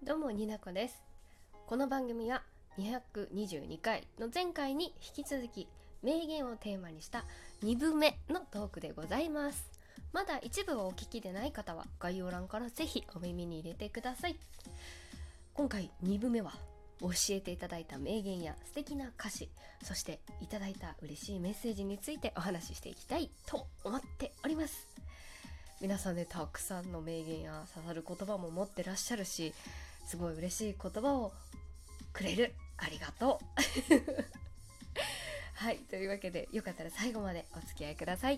どうもになこです。この番組は222回の前回に引き続き名言をテーマにした2部目のトークでございます。まだ一部をお聞きでない方は概要欄からぜひお耳に入れてください。今回2部目は教えていただいた名言や素敵な歌詞、そしていただいた嬉しいメッセージについてお話ししていきたいと思っております。皆さんでたくさんの名言や刺さる言葉も持ってらっしゃるし、すごい嬉しい言葉をくれる。ありがとうはい、というわけでよかったら最後までお付き合いください。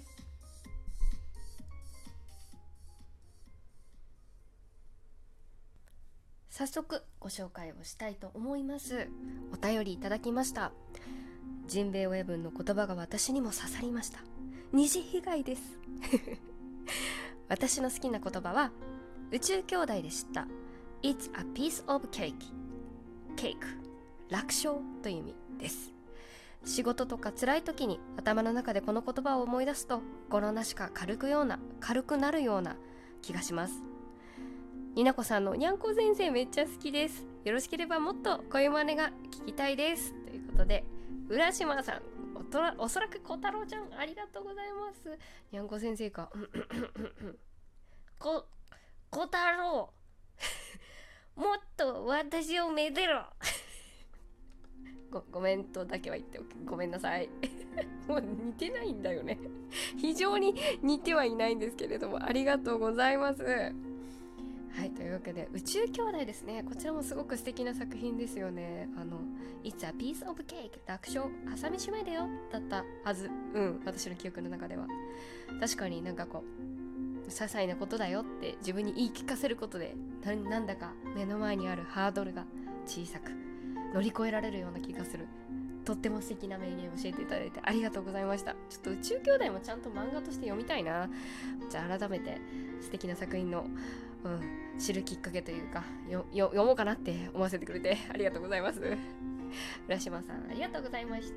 早速ご紹介をしたいと思います。お便りいただきました。ジンベエ親分の言葉が私にも刺さりました。二次被害です私の好きな言葉は宇宙兄弟で知った It's a piece of cake 楽勝という意味です。仕事とか辛い時に頭の中でこの言葉を思い出すと心なしか軽くなるような気がします。になこさんのにゃんこ先生めっちゃ好きです。よろしければもっとこういう真似が聞きたいです。ということで浦島さん、おそらく小太郎ちゃんありがとうございます。にゃんこ先生か小太郎もっと私をめでろごめんとだけは言っておく。ごめんなさいもう似てないんだよね非常に似てはいないんですけれども、ありがとうございます。はい、というわけで宇宙兄弟ですね。こちらもすごく素敵な作品ですよね。It's a piece of cake 楽勝朝飯前だよだったはず。私の記憶の中では確かになんかこう些細なことだよって自分に言い聞かせることでなんだか目の前にあるハードルが小さく乗り越えられるような気がする。とっても素敵な名言を教えていただいてありがとうございました。ちょっと宇宙兄弟もちゃんと漫画として読みたいな。じゃあ改めて素敵な作品の、知るきっかけというか読もうかなって思わせてくれてありがとうございます。浦島さんありがとうございました。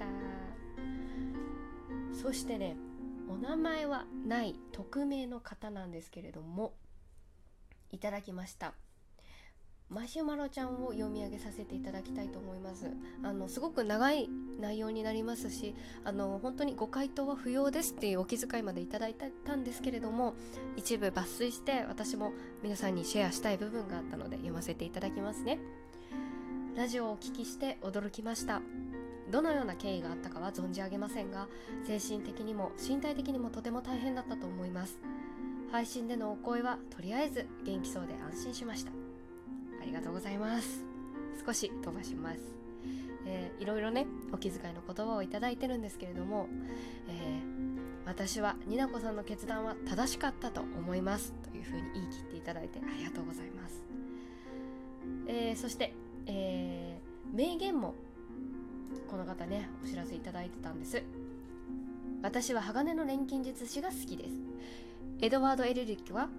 そしてね、お名前はない匿名の方なんですけれどもいただきました。マシュマロちゃんを読み上げさせていただきたいと思います。すごく長い内容になりますし、本当にご回答は不要ですっていうお気遣いまでいただいたんですけれども、一部抜粋して私も皆さんにシェアしたい部分があったので読ませていただきますね。ラジオをお聞きして驚きました。どのような経緯があったかは存じ上げませんが、精神的にも身体的にもとても大変だったと思います。配信でのお声はとりあえず元気そうで安心しました。ありがとうございます。少し飛ばします。いろいろねお気遣いの言葉をいただいてるんですけれども、私はになこさんの決断は正しかったと思いますというふうに言い切っていただいてありがとうございます。そして、名言もこの方ねお知らせいただいてたんです。私は鋼の錬金術師が好きです。エドワード・エルリックは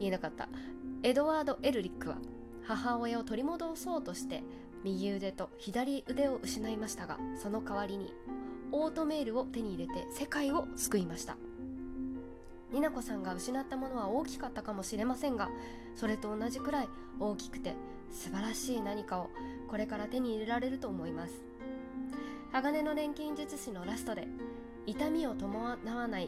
母親を取り戻そうとして右腕と左腕を失いましたが、その代わりにオートメールを手に入れて世界を救いました。になこさんが失ったものは大きかったかもしれませんが、それと同じくらい大きくて素晴らしい何かをこれから手に入れられると思います。鋼の錬金術師のラストで痛みを伴わない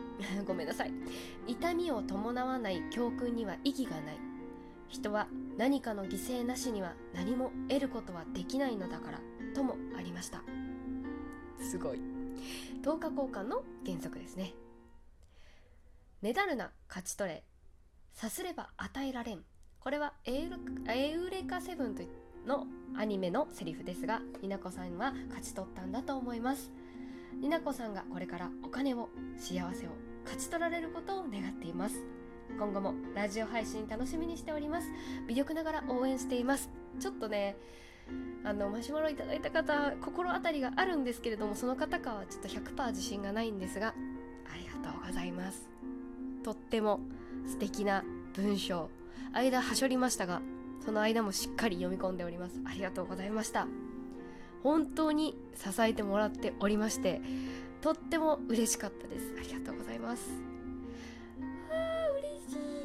教訓には意義がない。人は何かの犠牲なしには何も得ることはできないのだからともありました。すごい。等価交換の原則ですね。ねだるな勝ち取れ、さすれば与えられん。これはエウレカセブンのアニメのセリフですが、になこさんは勝ち取ったんだと思います。になこさんがこれからお金を幸せを勝ち取られることを願っています。今後もラジオ配信楽しみにしております。微力ながら応援しています。ちょっとねマシュマロいただいた方心当たりがあるんですけれども、その方かはちょっと 100% 自信がないんですが、ありがとうございます。とっても素敵な文章、間はしょりましたがその間もしっかり読み込んでおります。ありがとうございました。本当に支えてもらっておりましてとっても嬉しかったです。ありがとうございます。嬉しい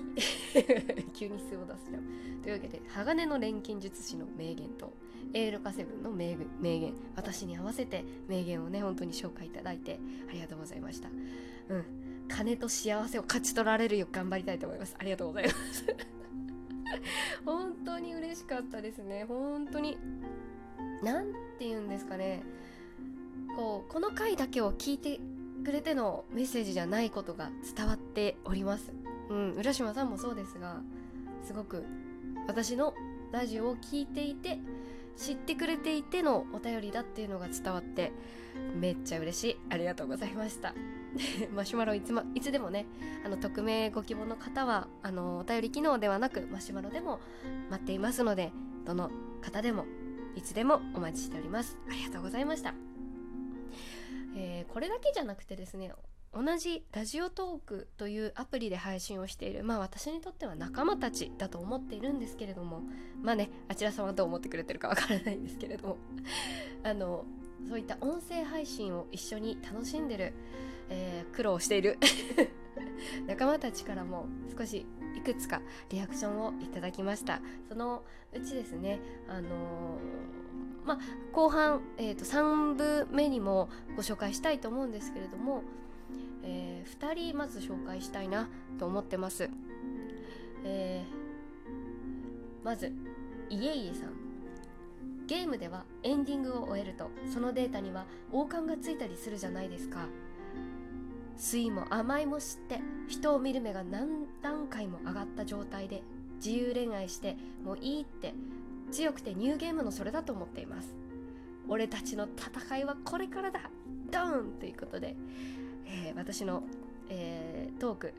急に素を出すじゃん。というわけで、鋼の錬金術師の名言とエールカセブンの名言、私に合わせて名言をね本当に紹介いただいてありがとうございました。金と幸せを勝ち取られるよう頑張りたいと思います。ありがとうございます本当に嬉しかったですね。本当になんて言うんですかね、この回だけを聞いてくれてのメッセージじゃないことが伝わっております。浦島さんもそうですが、すごく私のラジオを聞いていて知ってくれていてのお便りだっていうのが伝わってめっちゃ嬉しい。ありがとうございましたマシュマロいつでもね、匿名ご希望の方はお便り機能ではなくマシュマロでも待っていますので、どの方でもいつでもお待ちしております。ありがとうございました。これだけじゃなくてですね、同じラジオトークというアプリで配信をしている、私にとっては仲間たちだと思っているんですけれども、あちらさんはどう思ってくれてるかわからないんですけれどもそういった音声配信を一緒に楽しんでる、苦労している仲間たちからも少しいくつかリアクションをいただきました。そのうちですね、後半、3部目にもご紹介したいと思うんですけれども、2人まず紹介したいなと思ってます。まずいえいえさん。ゲームではエンディングを終えるとそのデータには王冠がついたりするじゃないですか。酸いも甘いも知って人を見る目が何段階も上がった状態で自由恋愛してもういいって強くてニューゲームのそれだと思っています。俺たちの戦いはこれからだドーンということで、私の、トーク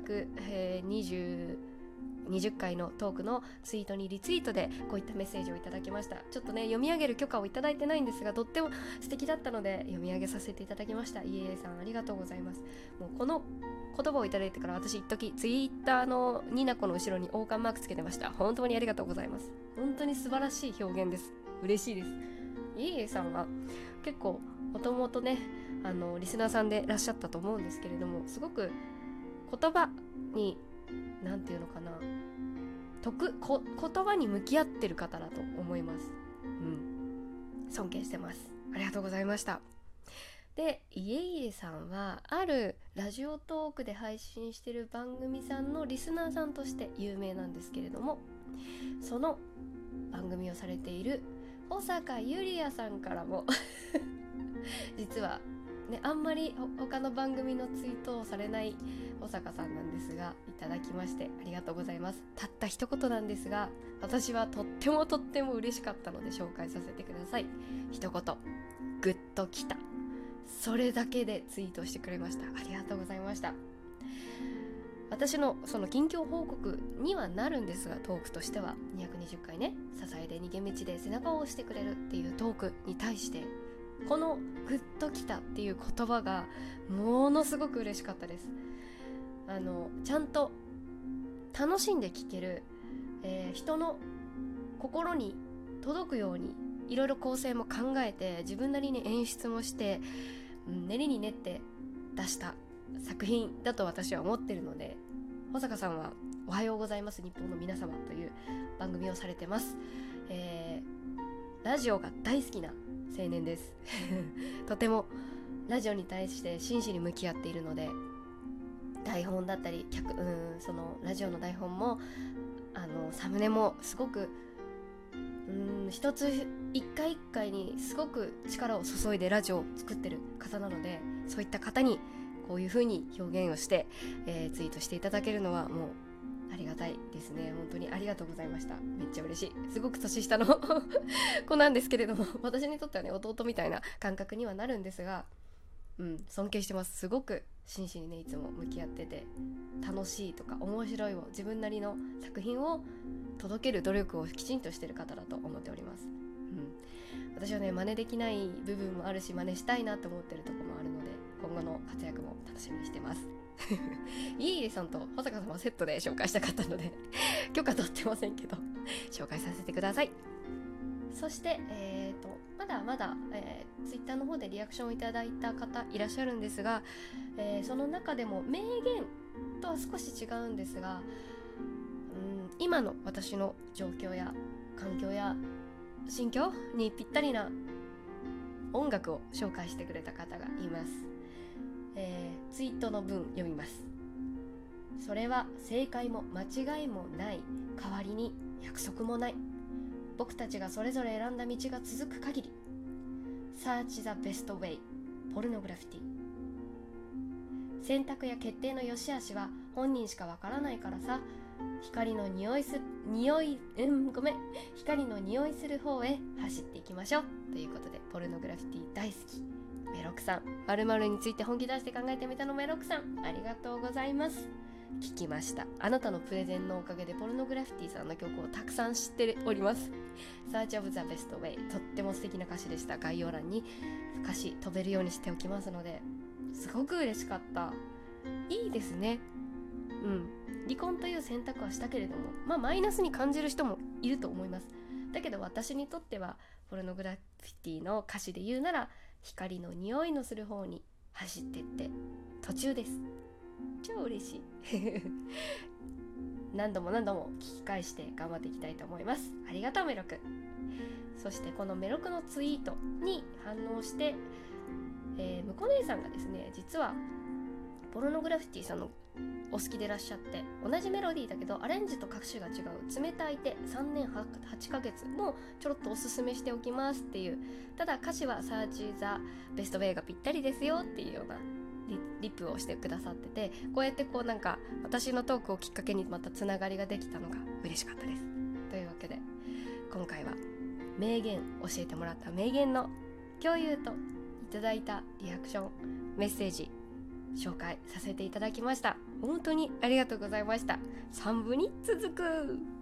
220回のトークのツイートにリツイートでこういったメッセージをいただきました。ちょっとね読み上げる許可をいただいてないんですが、とっても素敵だったので読み上げさせていただきました。いえいえさんありがとうございます。もうこの言葉をいただいてから私一時ツイッターのニナコの後ろに王冠マークつけてました。本当にありがとうございます。本当に素晴らしい表現です。嬉しいです。いえいえさんは結構もともとねリスナーさんでいらっしゃったと思うんですけれども、すごく言葉になんていうのかな、言葉に向き合ってる方だと思います。尊敬してます。ありがとうございました。で、いえいえさんはあるラジオトークで配信している番組さんのリスナーさんとして有名なんですけれども、その番組をされている保坂ゆりやさんからも実はね、あんまり他の番組のツイートをされない保坂さんなんですが、いただきましてありがとうございます。たった一言なんですが、私はとっても嬉しかったので紹介させてください。一言、グッときた。それだけでツイートしてくれました。ありがとうございました。私のその近況報告にはなるんですが、トークとしては220回ね、支えで逃げ道で背中を押してくれるっていうトークに対して、このグッときたっていう言葉がものすごく嬉しかったです。ちゃんと楽しんで聴ける、人の心に届くようにいろいろ構成も考えて自分なりに演出もして、練りに練って出した作品だと私は思ってるので、保坂さんはおはようございます日本の皆様という番組をされてます。ラジオが大好きな青年ですとてもラジオに対して真摯に向き合っているので、台本だったりそのラジオの台本もサムネもすごく一回一回にすごく力を注いでラジオを作ってる方なので、そういった方にこういう風に表現をして、ツイートしていただけるのはもうありがたいですね。本当にありがとうございました。めっちゃ嬉しい。すごく年下の子なんですけれども、私にとってはね弟みたいな感覚にはなるんですが、尊敬してます。すごく真摯にねいつも向き合ってて、楽しいとか面白いを自分なりの作品を届ける努力をきちんとしてる方だと思っております。私はね真似できない部分もあるし、真似したいなと思ってるところもあるので、今後の活躍も楽しみにしてますいいさんと保坂さんはセットで紹介したかったので許可取ってませんけど紹介させてください。そして、まだまだ、ツイッターの方でリアクションをいただいた方いらっしゃるんですが、その中でも名言とは少し違うんですが、 今の私の状況や環境や心境にぴったりな音楽を紹介してくれた方がいます。ツイートの文読みます。それは正解も間違いもない、代わりに約束もない。僕たちがそれぞれ選んだ道が続く限り。 Search the best way ポルノグラフィティ。選択や決定の良し悪しは本人しかわからないからさ。光の匂いする方へ走っていきましょうということで、ポルノグラフィティ大好きメロクさん、〇〇について本気出して考えてみたのメロクさん、ありがとうございます。聞きました。あなたのプレゼンのおかげでポルノグラフィティさんの曲をたくさん知っております。 Search of the best way とっても素敵な歌詞でした。概要欄に歌詞飛べるようにしておきますので、すごく嬉しかった。いいですね。離婚という選択はしたけれども、マイナスに感じる人もいると思います。だけど私にとってはポルノグラフィティの歌詞で言うなら、光の匂いのする方に走ってって途中です。超嬉しい何度も聞き返して頑張っていきたいと思います。ありがとうメロク。そしてこのメロクのツイートに反応して、むこ姉さんがですね、実はポルノグラフィティさんのお好きでいらっしゃって、同じメロディーだけどアレンジと歌詞が違う冷たい手3年8ヶ月もちょろっとおすすめしておきますっていう、ただ歌詞はSearch the best wayがぴったりですよっていうようなリップをしてくださってて、こうやってなんか私のトークをきっかけにまたつながりができたのが嬉しかったです。というわけで今回は名言、教えてもらった名言の共有といただいたリアクションメッセージ紹介させていただきました。本当にありがとうございました。3部に続く。